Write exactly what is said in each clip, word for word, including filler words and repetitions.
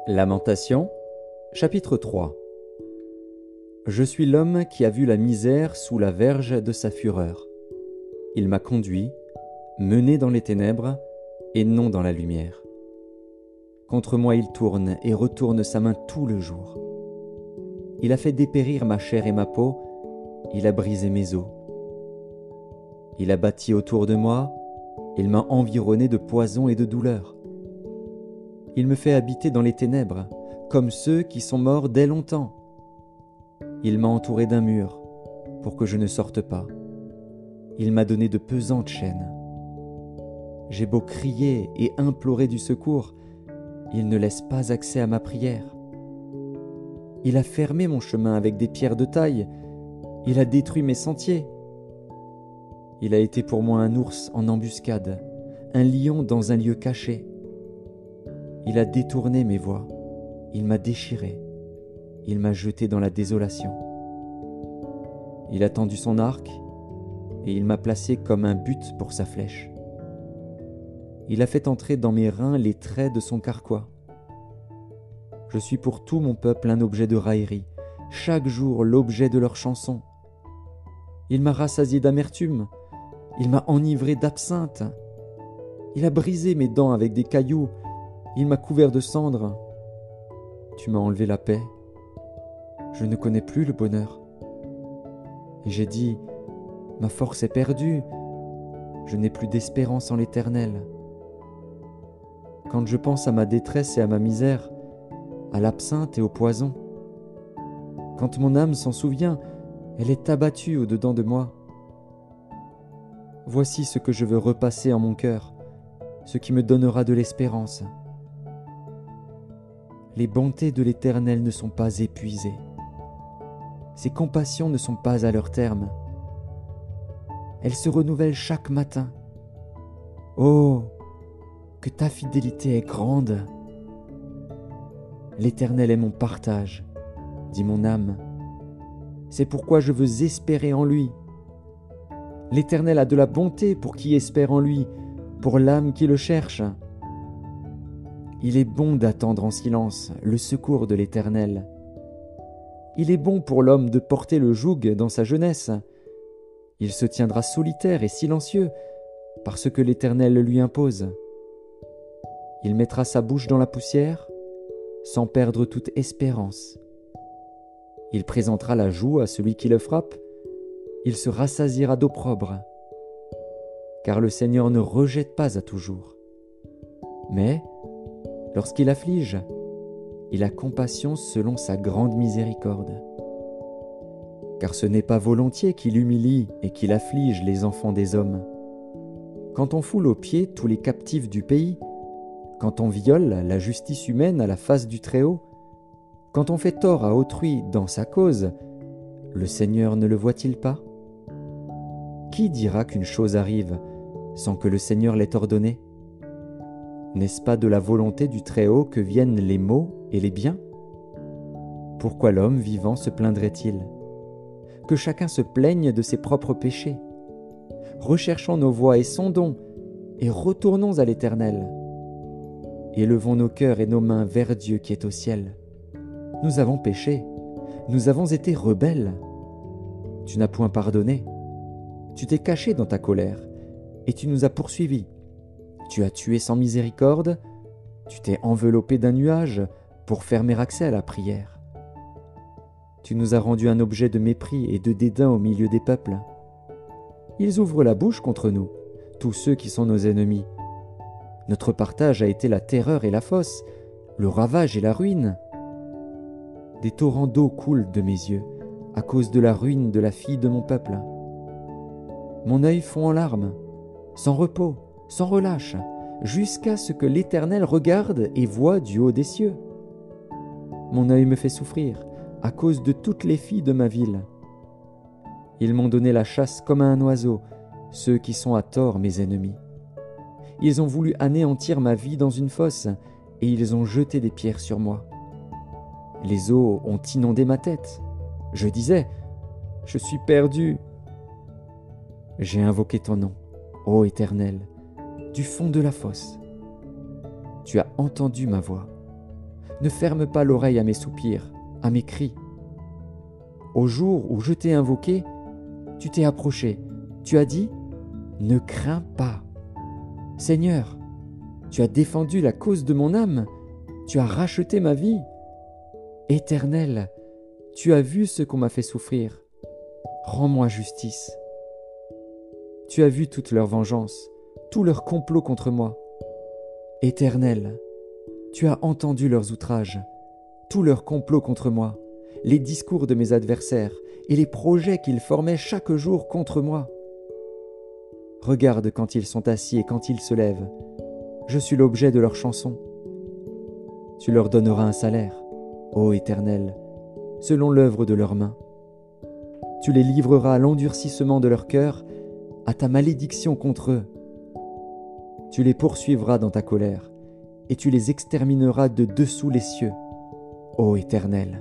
Lamentations, chapitre trois. Je suis l'homme qui a vu la misère sous la verge de sa fureur. Il m'a conduit, mené dans les ténèbres, et non dans la lumière. Contre moi il tourne et retourne sa main tout le jour. Il a fait dépérir ma chair et ma peau, il a brisé mes os. Il a bâti autour de moi, il m'a environné de poison et de douleur. Il me fait habiter dans les ténèbres, comme ceux qui sont morts dès longtemps. Il m'a entouré d'un mur, pour que je ne sorte pas. Il m'a donné de pesantes chaînes. J'ai beau crier et implorer du secours, il ne laisse pas accès à ma prière. Il a fermé mon chemin avec des pierres de taille, il a détruit mes sentiers. Il a été pour moi un ours en embuscade, un lion dans un lieu caché. Il a détourné mes voies, il m'a déchiré, il m'a jeté dans la désolation. Il a tendu son arc et il m'a placé comme un but pour sa flèche. Il a fait entrer dans mes reins les traits de son carquois. Je suis pour tout mon peuple un objet de raillerie, chaque jour l'objet de leurs chansons. Il m'a rassasié d'amertume, il m'a enivré d'absinthe. Il a brisé mes dents avec des cailloux, il m'a couvert de cendres. Tu m'as enlevé la paix. Je ne connais plus le bonheur. Et j'ai dit, ma force est perdue. Je n'ai plus d'espérance en l'Éternel. Quand je pense à ma détresse et à ma misère, à l'absinthe et au poison, quand mon âme s'en souvient, elle est abattue au-dedans de moi. Voici ce que je veux repasser en mon cœur, ce qui me donnera de l'espérance. Les bontés de l'Éternel ne sont pas épuisées. Ses compassions ne sont pas à leur terme. Elles se renouvellent chaque matin. Oh, que ta fidélité est grande! L'Éternel est mon partage, dit mon âme. C'est pourquoi je veux espérer en lui. L'Éternel a de la bonté pour qui espère en lui, pour l'âme qui le cherche. Il est bon d'attendre en silence le secours de l'Éternel. Il est bon pour l'homme de porter le joug dans sa jeunesse. Il se tiendra solitaire et silencieux, parce que l'Éternel le lui impose. Il mettra sa bouche dans la poussière, sans perdre toute espérance. Il présentera la joue à celui qui le frappe, il se rassasiera d'opprobre. Car le Seigneur ne rejette pas à toujours. Mais, lorsqu'il afflige, il a compassion selon sa grande miséricorde. Car ce n'est pas volontiers qu'il humilie et qu'il afflige les enfants des hommes. Quand on foule aux pieds tous les captifs du pays, quand on viole la justice humaine à la face du Très-Haut, quand on fait tort à autrui dans sa cause, le Seigneur ne le voit-il pas? Qui dira qu'une chose arrive sans que le Seigneur l'ait ordonnée? N'est-ce pas de la volonté du Très-Haut que viennent les maux et les biens? Pourquoi l'homme vivant se plaindrait-il? Que chacun se plaigne de ses propres péchés. Recherchons nos voies et sondons, et retournons à l'Éternel. Élevons nos cœurs et nos mains vers Dieu qui est au ciel. Nous avons péché, nous avons été rebelles. Tu n'as point pardonné. Tu t'es caché dans ta colère, et tu nous as poursuivis. Tu as tué sans miséricorde, tu t'es enveloppé d'un nuage pour fermer accès à la prière. Tu nous as rendu un objet de mépris et de dédain au milieu des peuples. Ils ouvrent la bouche contre nous, tous ceux qui sont nos ennemis. Notre partage a été la terreur et la fosse, le ravage et la ruine. Des torrents d'eau coulent de mes yeux, à cause de la ruine de la fille de mon peuple. Mon œil fond en larmes, sans repos, sans relâche, jusqu'à ce que l'Éternel regarde et voie du haut des cieux. Mon œil me fait souffrir, à cause de toutes les filles de ma ville. Ils m'ont donné la chasse comme à un oiseau, ceux qui sont à tort mes ennemis. Ils ont voulu anéantir ma vie dans une fosse, et ils ont jeté des pierres sur moi. Les eaux ont inondé ma tête. Je disais, je suis perdu. J'ai invoqué ton nom, ô Éternel, du fond de la fosse. Tu as entendu ma voix. Ne ferme pas l'oreille à mes soupirs, à mes cris. Au jour où je t'ai invoqué, tu t'es approché, tu as dit « Ne crains pas ». Seigneur, tu as défendu la cause de mon âme, tu as racheté ma vie. Éternel, tu as vu ce qu'on m'a fait souffrir. Rends-moi justice. Tu as vu toute leur vengeance, tout leur complot contre moi. Éternel, tu as entendu leurs outrages, tout leur complot contre moi, les discours de mes adversaires et les projets qu'ils formaient chaque jour contre moi. Regarde quand ils sont assis et quand ils se lèvent. Je suis l'objet de leurs chansons. Tu leur donneras un salaire, ô Éternel, selon l'œuvre de leurs mains. Tu les livreras à l'endurcissement de leur cœur, à ta malédiction contre eux. Tu les poursuivras dans ta colère, et tu les extermineras de dessous les cieux, ô Éternel.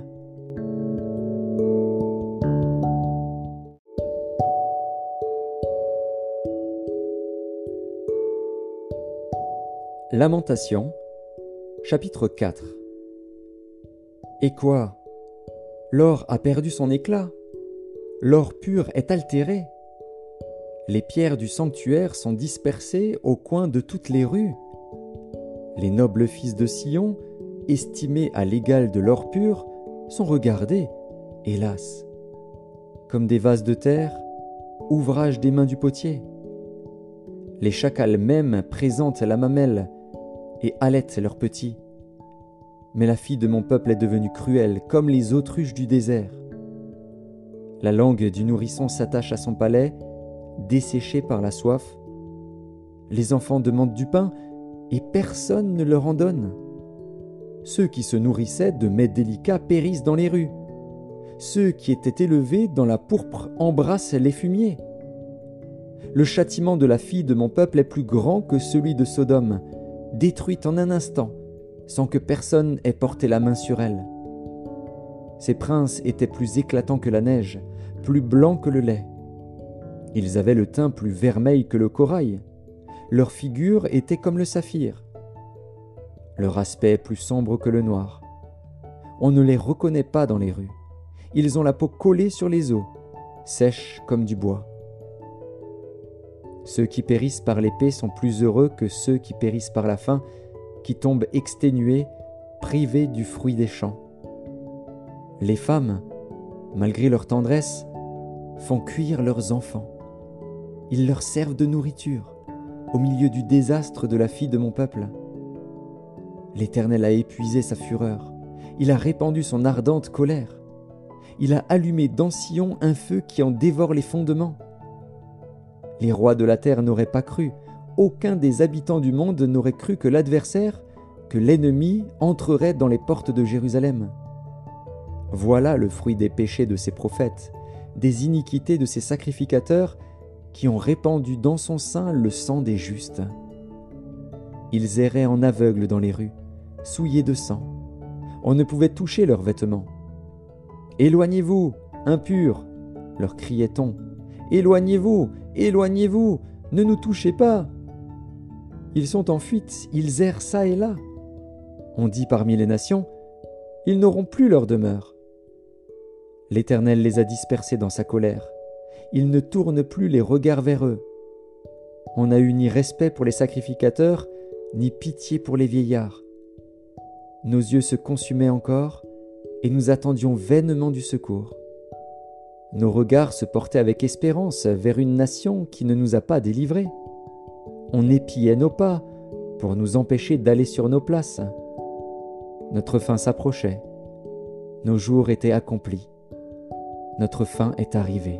Lamentation, chapitre quatre. Et quoi? L'or a perdu son éclat, l'or pur est altéré. Les pierres du sanctuaire sont dispersées au coin de toutes les rues. Les nobles fils de Sion, estimés à l'égal de l'or pur, sont regardés, hélas, comme des vases de terre, ouvrage des mains du potier. Les chacals même présentent la mamelle et allaitent leurs petits. Mais la fille de mon peuple est devenue cruelle, comme les autruches du désert. La langue du nourrisson s'attache à son palais, desséché par la soif. Les enfants demandent du pain, et personne ne leur en donne. Ceux qui se nourrissaient de mets délicats périssent dans les rues. Ceux qui étaient élevés dans la pourpre embrassent les fumiers. Le châtiment de la fille de mon peuple est plus grand que celui de Sodome, détruite en un instant, sans que personne ait porté la main sur elle. Ces princes étaient plus éclatants que la neige, plus blancs que le lait. Ils avaient le teint plus vermeil que le corail. Leur figure était comme le saphir. Leur aspect plus sombre que le noir. On ne les reconnaît pas dans les rues. Ils ont la peau collée sur les os, sèche comme du bois. Ceux qui périssent par l'épée sont plus heureux que ceux qui périssent par la faim, qui tombent exténués, privés du fruit des champs. Les femmes, malgré leur tendresse, font cuire leurs enfants. Ils leur servent de nourriture, au milieu du désastre de la fille de mon peuple. L'Éternel a épuisé sa fureur, il a répandu son ardente colère. Il a allumé dans Sion un feu qui en dévore les fondements. Les rois de la terre n'auraient pas cru, aucun des habitants du monde n'aurait cru que l'adversaire, que l'ennemi entrerait dans les portes de Jérusalem. Voilà le fruit des péchés de ses prophètes, des iniquités de ses sacrificateurs qui ont répandu dans son sein le sang des justes. Ils erraient en aveugles dans les rues, souillés de sang. On ne pouvait toucher leurs vêtements. « Éloignez-vous, impurs !» leur criait-on. « Éloignez-vous, éloignez-vous, ne nous touchez pas !» Ils sont en fuite, ils errent çà et là. On dit parmi les nations, ils n'auront plus leur demeure. L'Éternel les a dispersés dans sa colère. Il ne tourne plus les regards vers eux. On n'a eu ni respect pour les sacrificateurs, ni pitié pour les vieillards. Nos yeux se consumaient encore, et nous attendions vainement du secours. Nos regards se portaient avec espérance vers une nation qui ne nous a pas délivrés. On épiait nos pas pour nous empêcher d'aller sur nos places. Notre fin s'approchait. Nos jours étaient accomplis. Notre fin est arrivée.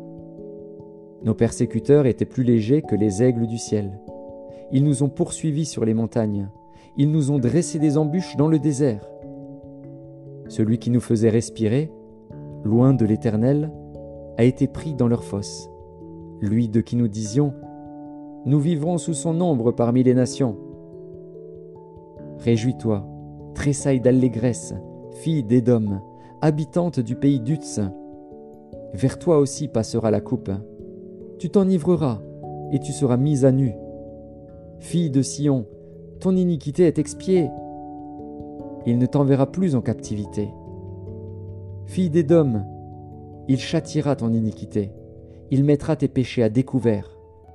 Nos persécuteurs étaient plus légers que les aigles du ciel. Ils nous ont poursuivis sur les montagnes. Ils nous ont dressé des embûches dans le désert. Celui qui nous faisait respirer, loin de l'Éternel, a été pris dans leur fosse. Lui de qui nous disions « Nous vivrons sous son ombre parmi les nations ». Réjouis-toi, tressaille d'allégresse, fille d'Édom, habitante du pays d'Utz. Vers toi aussi passera la coupe. Tu t'enivreras et tu seras mise à nu. Fille de Sion, ton iniquité est expiée. il ne t'enverra plus en captivité. Fille d'Édom, il châtiera ton iniquité, il mettra tes péchés à découvert.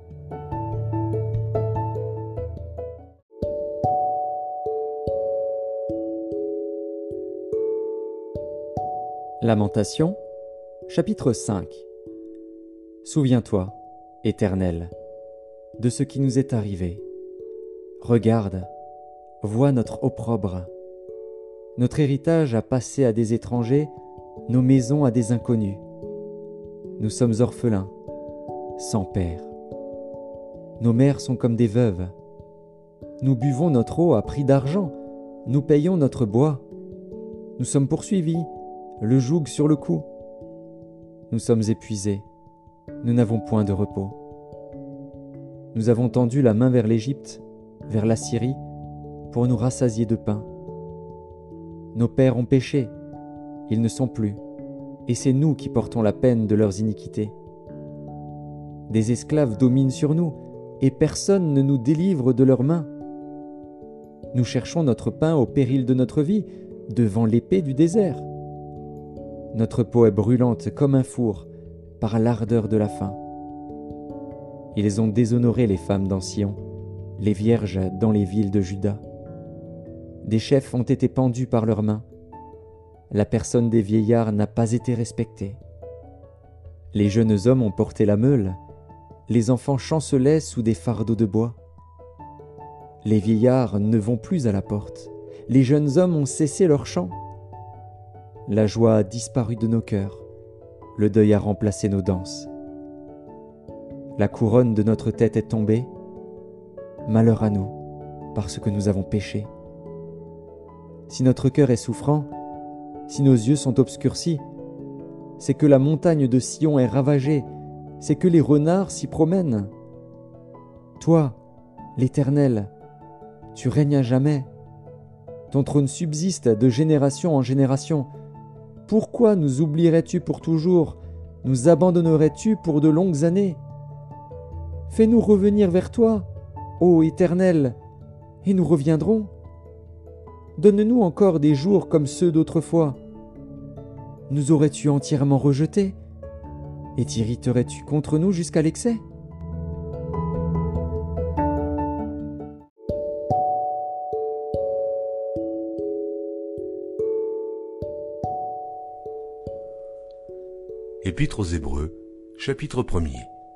Lamentation, chapitre cinq. Souviens-toi, Éternel, de ce qui nous est arrivé. Regarde, vois notre opprobre. Notre héritage a passé à des étrangers, nos maisons à des inconnus. Nous sommes orphelins, sans père. Nos mères sont comme des veuves. Nous buvons notre eau à prix d'argent, nous payons notre bois. Nous sommes poursuivis, le joug sur le cou. Nous sommes épuisés, nous n'avons point de repos. Nous avons tendu la main vers l'Égypte, vers la Syrie, pour nous rassasier de pain. Nos pères ont péché, ils ne sont plus, et c'est nous qui portons la peine de leurs iniquités. Des esclaves dominent sur nous, et personne ne nous délivre de leurs mains. Nous cherchons notre pain au péril de notre vie, devant l'épée du désert. Notre peau est brûlante comme un four, par l'ardeur de la faim. Ils ont déshonoré les femmes dans Sion, les vierges dans les villes de Juda. Des chefs ont été pendus par leurs mains. La personne des vieillards n'a pas été respectée. Les jeunes hommes ont porté la meule, les enfants chancelaient sous des fardeaux de bois. Les vieillards ne vont plus à la porte, les jeunes hommes ont cessé leur chant. La joie a disparu de nos cœurs, le deuil a remplacé nos danses. La couronne de notre tête est tombée. Malheur à nous, parce que nous avons péché. Si notre cœur est souffrant, si nos yeux sont obscurcis, c'est que la montagne de Sion est ravagée, c'est que les renards s'y promènent. Toi, l'Éternel, tu règnes à jamais. Ton trône subsiste de génération en génération. Pourquoi nous oublierais-tu pour toujours? Nous abandonnerais-tu pour de longues années? Fais-nous revenir vers toi, ô Éternel, et nous reviendrons. Donne-nous encore des jours comme ceux d'autrefois. Nous aurais-tu entièrement rejetés? Et t'irriterais-tu contre nous jusqu'à l'excès? Épître aux Hébreux, chapitre premier.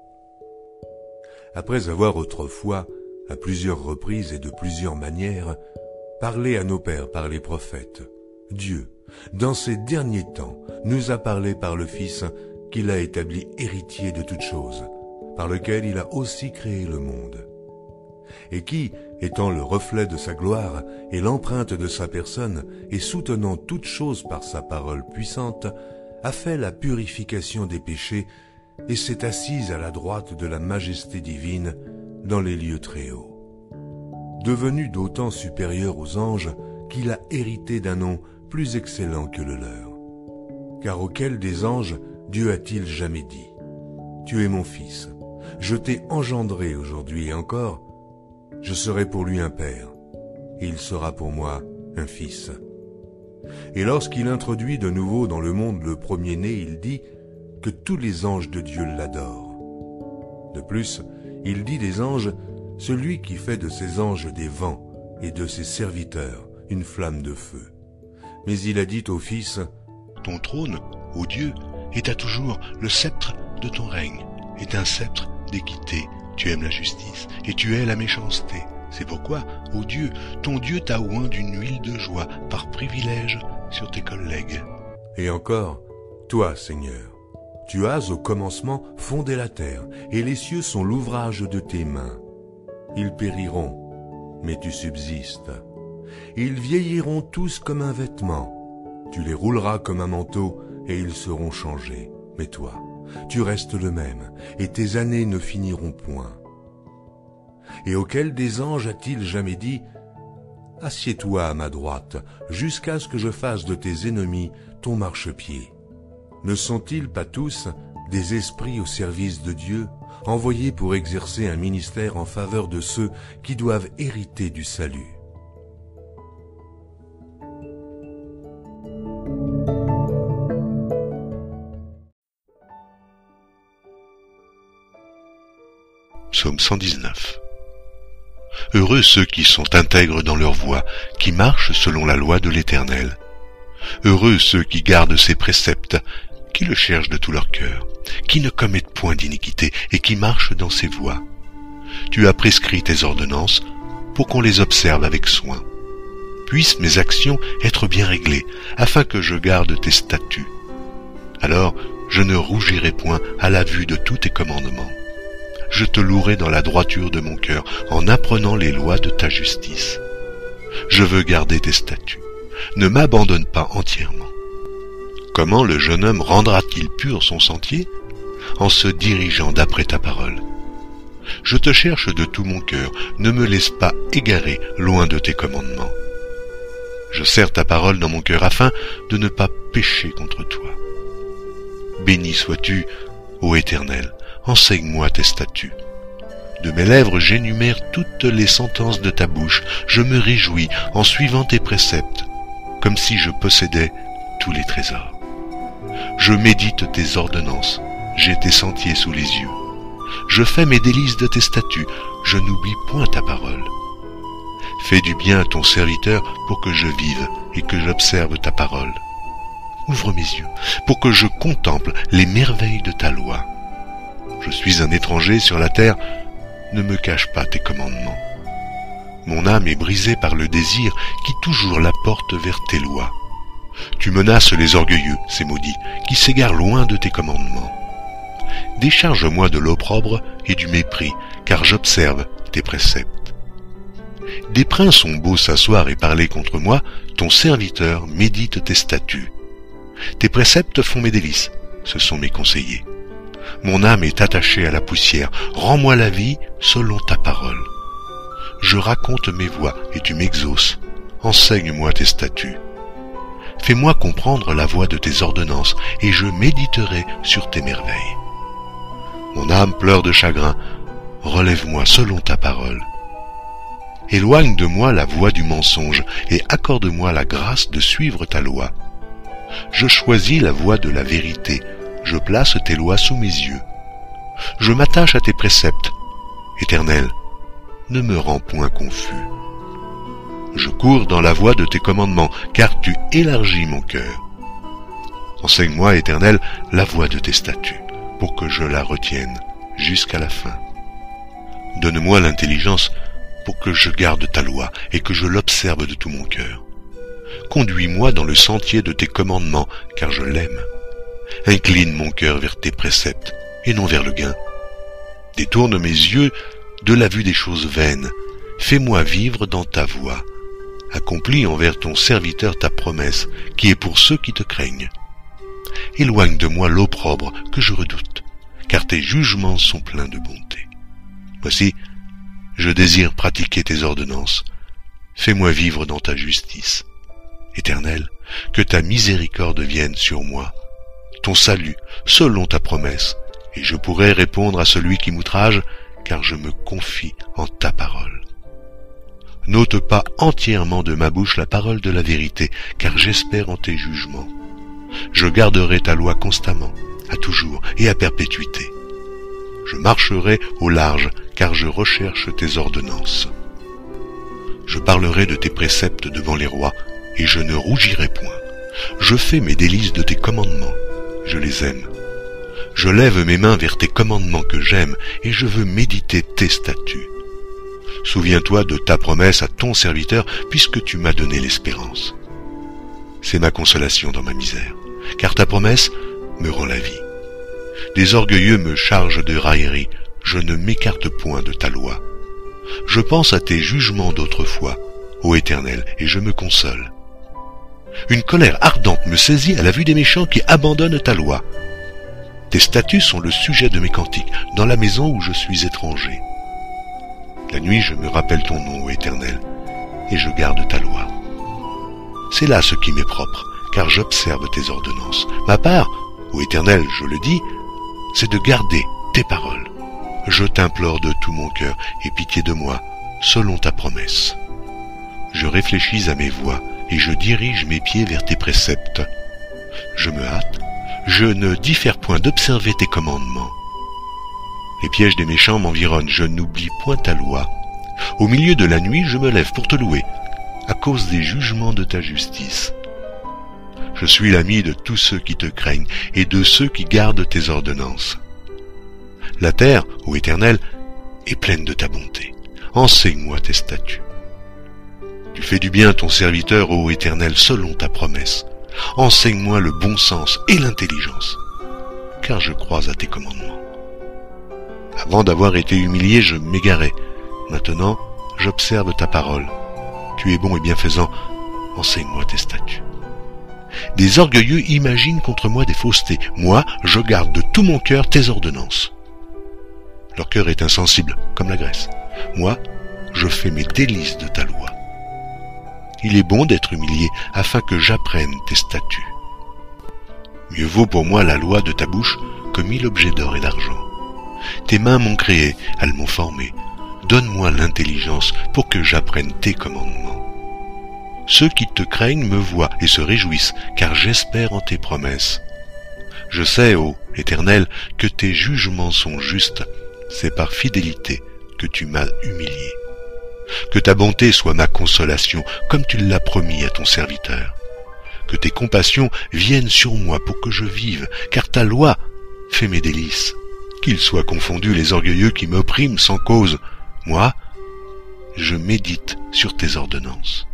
Après avoir autrefois, à plusieurs reprises et de plusieurs manières, parlé à nos pères par les prophètes, Dieu, dans ces derniers temps, nous a parlé par le Fils qu'il a établi héritier de toutes choses, par lequel il a aussi créé le monde, et qui, étant le reflet de sa gloire et l'empreinte de sa personne, et soutenant toutes choses par sa parole puissante, a fait la purification des péchés et s'est assise à la droite de la majesté divine dans les lieux très hauts. Devenu d'autant supérieur aux anges qu'il a hérité d'un nom plus excellent que le leur. Car auquel des anges Dieu a-t-il jamais dit « Tu es mon fils, je t'ai engendré aujourd'hui et encore, je serai pour lui un père, et il sera pour moi un fils. » Et lorsqu'il introduit de nouveau dans le monde le premier-né, il dit que tous les anges de Dieu l'adorent. De plus, il dit des anges, celui qui fait de ses anges des vents et de ses serviteurs une flamme de feu. Mais il a dit au Fils, « Ton trône, ô Dieu, est à toujours le sceptre de ton règne, est un sceptre d'équité. Tu aimes la justice et tu hais la méchanceté. C'est pourquoi, ô Dieu, ton Dieu t'a oint d'une huile de joie par privilège sur tes collègues. » Et encore, toi, Seigneur, tu as au commencement fondé la terre, et les cieux sont l'ouvrage de tes mains. Ils périront, mais tu subsistes. Ils vieilliront tous comme un vêtement. Tu les rouleras comme un manteau, et ils seront changés. Mais toi, tu restes le même, et tes années ne finiront point. Et auquel des anges a-t-il jamais dit « Assieds-toi à ma droite, jusqu'à ce que je fasse de tes ennemis ton marchepied » Ne sont-ils pas tous des esprits au service de Dieu, envoyés pour exercer un ministère en faveur de ceux qui doivent hériter du salut? cent dix-neuf. Heureux ceux qui sont intègres dans leur voie, qui marchent selon la loi de l'Éternel. Heureux ceux qui gardent ses préceptes, qui le cherchent de tout leur cœur, qui ne commettent point d'iniquité et qui marchent dans ses voies. Tu as prescrit tes ordonnances pour qu'on les observe avec soin. Puissent mes actions être bien réglées, afin que je garde tes statuts. Alors je ne rougirai point à la vue de tous tes commandements. Je te louerai dans la droiture de mon cœur, en apprenant les lois de ta justice. Je veux garder tes statuts. Ne m'abandonne pas entièrement. Comment le jeune homme rendra-t-il pur son sentier? En se dirigeant d'après ta parole. Je te cherche de tout mon cœur, ne me laisse pas égarer loin de tes commandements. Je serre ta parole dans mon cœur afin de ne pas pécher contre toi. Béni sois-tu, ô Éternel, enseigne-moi tes statuts. De mes lèvres j'énumère toutes les sentences de ta bouche, je me réjouis en suivant tes préceptes, comme si je possédais tous les trésors. Je médite tes ordonnances, j'ai tes sentiers sous les yeux. Je fais mes délices de tes statuts, je n'oublie point ta parole. Fais du bien à ton serviteur pour que je vive et que j'observe ta parole. Ouvre mes yeux pour que je contemple les merveilles de ta loi. Je suis un étranger sur la terre, ne me cache pas tes commandements. Mon âme est brisée par le désir qui toujours la porte vers tes lois. Tu menaces les orgueilleux, ces maudits, qui s'égarent loin de tes commandements. Décharge-moi de l'opprobre et du mépris, car j'observe tes préceptes. Des princes ont beau s'asseoir et parler contre moi, ton serviteur médite tes statuts. Tes préceptes font mes délices, ce sont mes conseillers. Mon âme est attachée à la poussière, rends-moi la vie selon ta parole. Je raconte mes voies et tu m'exauces, enseigne-moi tes statuts. Fais-moi comprendre la voie de tes ordonnances et je méditerai sur tes merveilles. Mon âme pleure de chagrin, relève-moi selon ta parole. Éloigne de moi la voie du mensonge et accorde-moi la grâce de suivre ta loi. Je choisis la voie de la vérité, je place tes lois sous mes yeux. Je m'attache à tes préceptes. Éternel, ne me rends point confus. Je cours dans la voie de tes commandements, car tu élargis mon cœur. Enseigne-moi, Éternel, la voie de tes statuts, pour que je la retienne jusqu'à la fin. Donne-moi l'intelligence pour que je garde ta loi et que je l'observe de tout mon cœur. Conduis-moi dans le sentier de tes commandements, car je l'aime. Incline mon cœur vers tes préceptes, et non vers le gain. Détourne mes yeux de la vue des choses vaines. Fais-moi vivre dans ta voie. Accomplis envers ton serviteur ta promesse, qui est pour ceux qui te craignent. Éloigne de moi l'opprobre que je redoute, car tes jugements sont pleins de bonté. Voici, je désire pratiquer tes ordonnances. Fais-moi vivre dans ta justice. Éternel, que ta miséricorde vienne sur moi, ton salut, selon ta promesse, et je pourrai répondre à celui qui m'outrage, car je me confie en ta parole. N'ôte pas entièrement de ma bouche la parole de la vérité, car j'espère en tes jugements. Je garderai ta loi constamment, à toujours et à perpétuité. Je marcherai au large, car je recherche tes ordonnances. Je parlerai de tes préceptes devant les rois, et je ne rougirai point. Je fais mes délices de tes commandements, je les aime. Je lève mes mains vers tes commandements que j'aime, et je veux méditer tes statuts. Souviens-toi de ta promesse à ton serviteur, puisque tu m'as donné l'espérance. C'est ma consolation dans ma misère, car ta promesse me rend la vie. Des orgueilleux me chargent de raillerie, je ne m'écarte point de ta loi. Je pense à tes jugements d'autrefois, ô Éternel, et je me console. Une colère ardente me saisit à la vue des méchants qui abandonnent ta loi. Tes statuts sont le sujet de mes cantiques, dans la maison où je suis étranger. La nuit, je me rappelle ton nom, ô Éternel, et je garde ta loi. C'est là ce qui m'est propre, car j'observe tes ordonnances. Ma part, ô Éternel, je le dis, c'est de garder tes paroles. Je t'implore de tout mon cœur, et pitié de moi, selon ta promesse. Je réfléchis à mes voies, et je dirige mes pieds vers tes préceptes. Je me hâte, je ne diffère point d'observer tes commandements. Les pièges des méchants m'environnent, je n'oublie point ta loi. Au milieu de la nuit, je me lève pour te louer, à cause des jugements de ta justice. Je suis l'ami de tous ceux qui te craignent et de ceux qui gardent tes ordonnances. La terre, ô Éternel, est pleine de ta bonté. Enseigne-moi tes statuts. Tu fais du bien à ton serviteur, ô Éternel, selon ta promesse. Enseigne-moi le bon sens et l'intelligence, car je crois à tes commandements. Avant d'avoir été humilié, je m'égarais. Maintenant, j'observe ta parole. Tu es bon et bienfaisant, enseigne-moi tes statuts. Des orgueilleux imaginent contre moi des faussetés. Moi, je garde de tout mon cœur tes ordonnances. Leur cœur est insensible, comme la graisse. Moi, je fais mes délices de ta loi. Il est bon d'être humilié, afin que j'apprenne tes statuts. Mieux vaut pour moi la loi de ta bouche que mille objets d'or et d'argent. Tes mains m'ont créé, elles m'ont formé. Donne-moi l'intelligence pour que j'apprenne tes commandements. Ceux qui te craignent me voient et se réjouissent, car j'espère en tes promesses. Je sais, ô Éternel, que tes jugements sont justes. C'est par fidélité que tu m'as humilié. Que ta bonté soit ma consolation, comme tu l'as promis à ton serviteur. Que tes compassions viennent sur moi pour que je vive, car ta loi fait mes délices. Qu'ils soient confondus les orgueilleux qui m'oppriment sans cause. Moi, je médite sur tes ordonnances.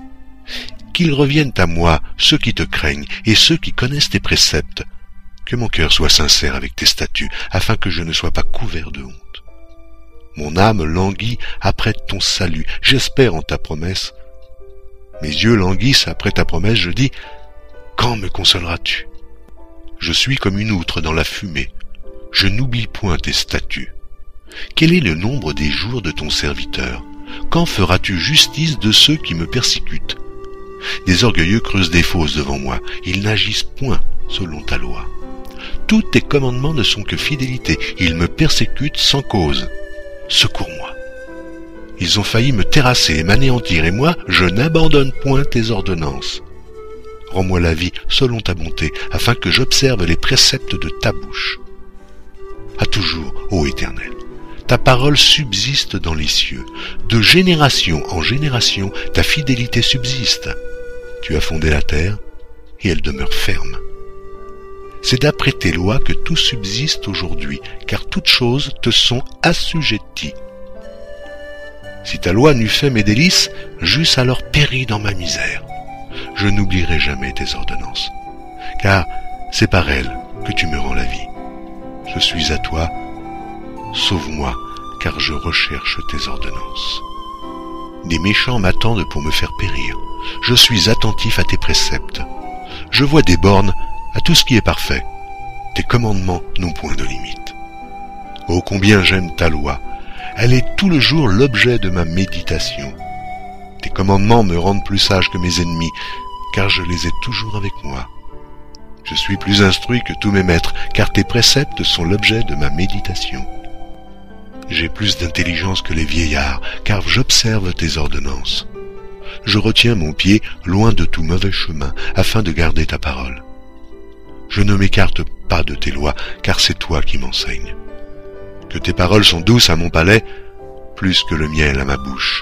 Qu'ils reviennent à moi, ceux qui te craignent et ceux qui connaissent tes préceptes. Que mon cœur soit sincère avec tes statuts, afin que je ne sois pas couvert de honte. Mon âme languit après ton salut, j'espère en ta promesse. Mes yeux languissent après ta promesse, je dis, quand me consoleras-tu? Je suis comme une outre dans la fumée, je n'oublie point tes statuts. Quel est le nombre des jours de ton serviteur? Quand feras-tu justice de ceux qui me persécutent? Des orgueilleux creusent des fosses devant moi, ils n'agissent point selon ta loi. Tous tes commandements ne sont que fidélité, ils me persécutent sans cause. Secours-moi. Ils ont failli me terrasser et m'anéantir, et moi, je n'abandonne point tes ordonnances. Rends-moi la vie selon ta bonté, afin que j'observe les préceptes de ta bouche. À toujours, ô Éternel, ta parole subsiste dans les cieux. De génération en génération, ta fidélité subsiste. Tu as fondé la terre, et elle demeure ferme. C'est d'après tes lois que tout subsiste aujourd'hui, car toutes choses te sont assujetties. Si ta loi n'eût fait mes délices, j'eusse alors péri dans ma misère. Je n'oublierai jamais tes ordonnances, car c'est par elles que tu me rends la vie. Je suis à toi, sauve-moi, car je recherche tes ordonnances. Des méchants m'attendent pour me faire périr. Je suis attentif à tes préceptes. Je vois des bornes à tout ce qui est parfait. Tes commandements n'ont point de limite. Oh, combien j'aime ta loi. Elle est tout le jour l'objet de ma méditation. Tes commandements me rendent plus sage que mes ennemis, car je les ai toujours avec moi. Je suis plus instruit que tous mes maîtres, car tes préceptes sont l'objet de ma méditation. J'ai plus d'intelligence que les vieillards, car j'observe tes ordonnances. Je retiens mon pied loin de tout mauvais chemin, afin de garder ta parole. Je ne m'écarte pas de tes lois, car c'est toi qui m'enseignes. Que tes paroles sont douces à mon palais, plus que le miel à ma bouche.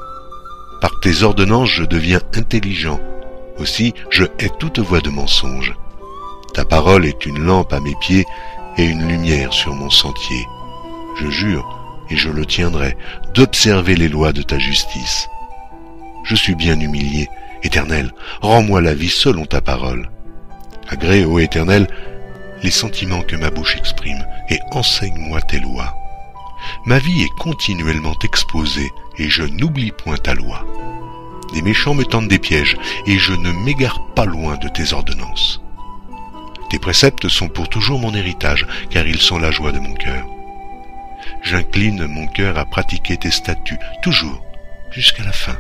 Par tes ordonnances, je deviens intelligent. Aussi, je hais toute voix de mensonge. Ta parole est une lampe à mes pieds et une lumière sur mon sentier. Je jure, et je le tiendrai, d'observer les lois de ta justice. Je suis bien humilié. Éternel, rends-moi la vie selon ta parole. Agrée, ô Éternel, les sentiments que ma bouche exprime, et enseigne-moi tes lois. Ma vie est continuellement exposée, et je n'oublie point ta loi. Des méchants me tendent des pièges, et je ne m'égare pas loin de tes ordonnances. Tes préceptes sont pour toujours mon héritage, car ils sont la joie de mon cœur. J'incline mon cœur à pratiquer tes statuts, toujours, jusqu'à la fin.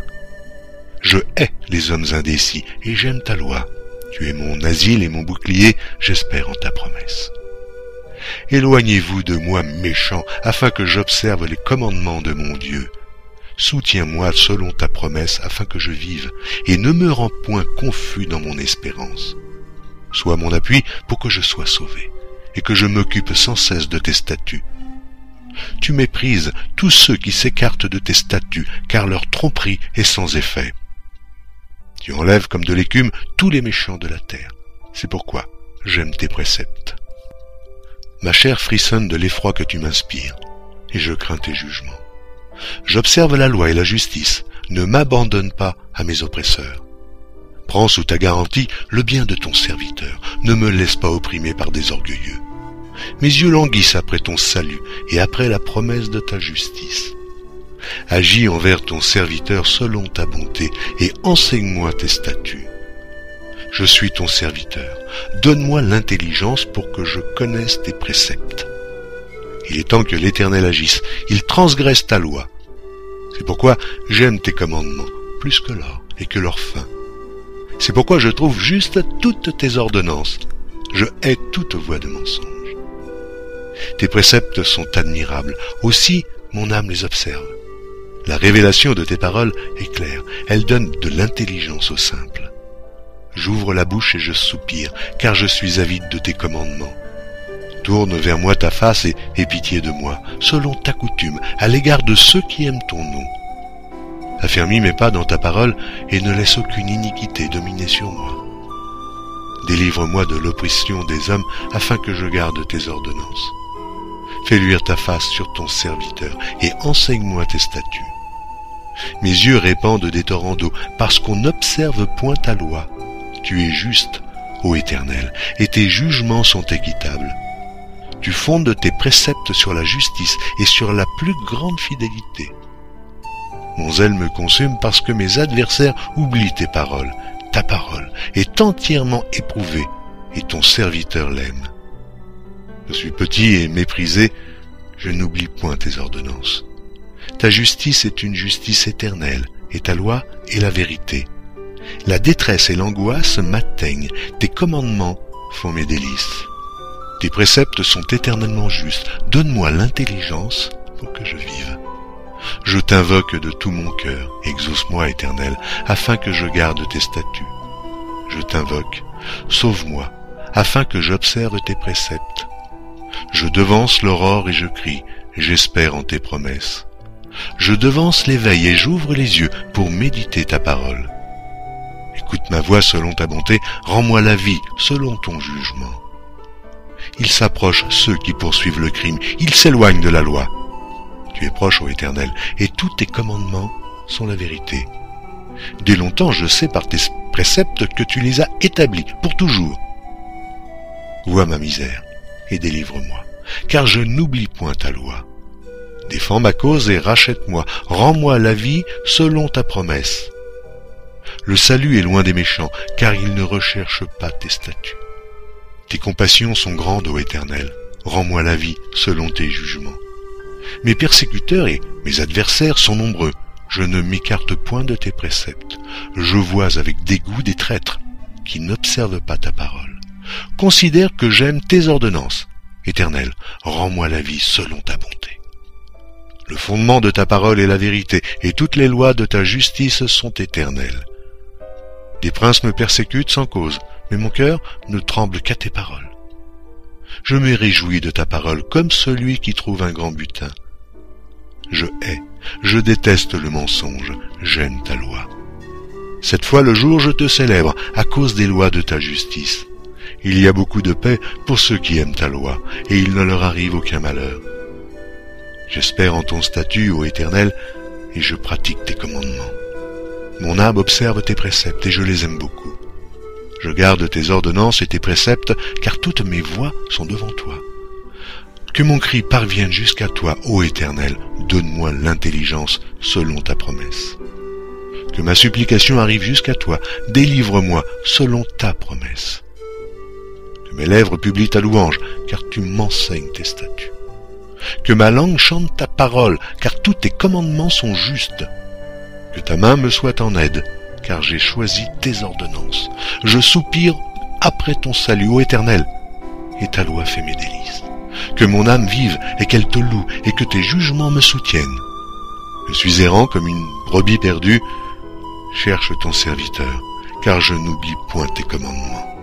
Je hais les hommes indécis, et j'aime ta loi. Tu es mon asile et mon bouclier, j'espère en ta promesse. Éloignez-vous de moi, méchants, afin que j'observe les commandements de mon Dieu. Soutiens-moi selon ta promesse, afin que je vive, et ne me rends point confus dans mon espérance. Sois mon appui pour que je sois sauvé, et que je m'occupe sans cesse de tes statuts. Tu méprises tous ceux qui s'écartent de tes statuts, car leur tromperie est sans effet. Tu enlèves comme de l'écume tous les méchants de la terre. C'est pourquoi j'aime tes préceptes. Ma chair frissonne de l'effroi que tu m'inspires, et je crains tes jugements. J'observe la loi et la justice, ne m'abandonne pas à mes oppresseurs. Prends sous ta garantie le bien de ton serviteur, ne me laisse pas opprimer par des orgueilleux. Mes yeux languissent après ton salut et après la promesse de ta justice. Agis envers ton serviteur selon ta bonté et enseigne-moi tes statuts. Je suis ton serviteur, donne-moi l'intelligence pour que je connaisse tes préceptes. Il est temps que l'Éternel agisse, il transgresse ta loi. C'est pourquoi j'aime tes commandements, plus que l'or et que leur fin. C'est pourquoi je trouve juste toutes tes ordonnances. Je hais toute voie de mensonge. Tes préceptes sont admirables, aussi mon âme les observe. La révélation de tes paroles est claire, elle donne de l'intelligence aux simples. J'ouvre la bouche et je soupire, car je suis avide de tes commandements. Tourne vers moi ta face et aie pitié de moi, selon ta coutume, à l'égard de ceux qui aiment ton nom. Affermis mes pas dans ta parole et ne laisse aucune iniquité dominer sur moi. Délivre-moi de l'oppression des hommes afin que je garde tes ordonnances. Fais luire ta face sur ton serviteur et enseigne-moi tes statuts. Mes yeux répandent des torrents d'eau parce qu'on n'observe point ta loi. Tu es juste, ô Éternel, et tes jugements sont équitables. Tu fondes tes préceptes sur la justice et sur la plus grande fidélité. Mon zèle me consume parce que mes adversaires oublient tes paroles. Ta parole est entièrement éprouvée et ton serviteur l'aime. Je suis petit et méprisé, je n'oublie point tes ordonnances. Ta justice est une justice éternelle et ta loi est la vérité. La détresse et l'angoisse m'atteignent, tes commandements font mes délices. Tes préceptes sont éternellement justes, donne-moi l'intelligence pour que je vive. Je t'invoque de tout mon cœur, exauce-moi, Éternel, afin que je garde tes statuts. Je t'invoque, sauve-moi, afin que j'observe tes préceptes. Je devance l'aurore et je crie, j'espère en tes promesses. Je devance l'éveil et j'ouvre les yeux pour méditer ta parole. Écoute ma voix selon ta bonté, rends-moi la vie selon ton jugement. Ils s'approchent ceux qui poursuivent le crime, ils s'éloignent de la loi. Tu es proche, ô Éternel, et tous tes commandements sont la vérité. Dès longtemps, je sais par tes préceptes que tu les as établis pour toujours. Vois ma misère et délivre-moi, car je n'oublie point ta loi. Défends ma cause et rachète-moi, rends-moi la vie selon ta promesse. Le salut est loin des méchants, car ils ne recherchent pas tes statuts. Tes compassions sont grandes, ô Éternel, rends-moi la vie selon tes jugements. Mes persécuteurs et mes adversaires sont nombreux, je ne m'écarte point de tes préceptes. Je vois avec dégoût des traîtres qui n'observent pas ta parole. Considère que j'aime tes ordonnances. Éternel, rends-moi la vie selon ta bonté. Le fondement de ta parole est la vérité, et toutes les lois de ta justice sont éternelles. Des princes me persécutent sans cause, mais mon cœur ne tremble qu'à tes paroles. Je me réjouis de ta parole comme celui qui trouve un grand butin. Je hais, je déteste le mensonge, j'aime ta loi. Cette fois le jour je te célèbre à cause des lois de ta justice. Il y a beaucoup de paix pour ceux qui aiment ta loi, et il ne leur arrive aucun malheur. J'espère en ton statut, ô Éternel, et je pratique tes commandements. Mon âme observe tes préceptes, et je les aime beaucoup. Je garde tes ordonnances et tes préceptes, car toutes mes voies sont devant toi. Que mon cri parvienne jusqu'à toi, ô Éternel, donne-moi l'intelligence selon ta promesse. Que ma supplication arrive jusqu'à toi, délivre-moi selon ta promesse. Que mes lèvres publient ta louange, car tu m'enseignes tes statuts. Que ma langue chante ta parole, car tous tes commandements sont justes. Que ta main me soit en aide, car j'ai choisi tes ordonnances. Je soupire après ton salut, ô Éternel, et ta loi fait mes délices. Que mon âme vive et qu'elle te loue, et que tes jugements me soutiennent. Je suis errant comme une brebis perdue. Cherche ton serviteur, car je n'oublie point tes commandements.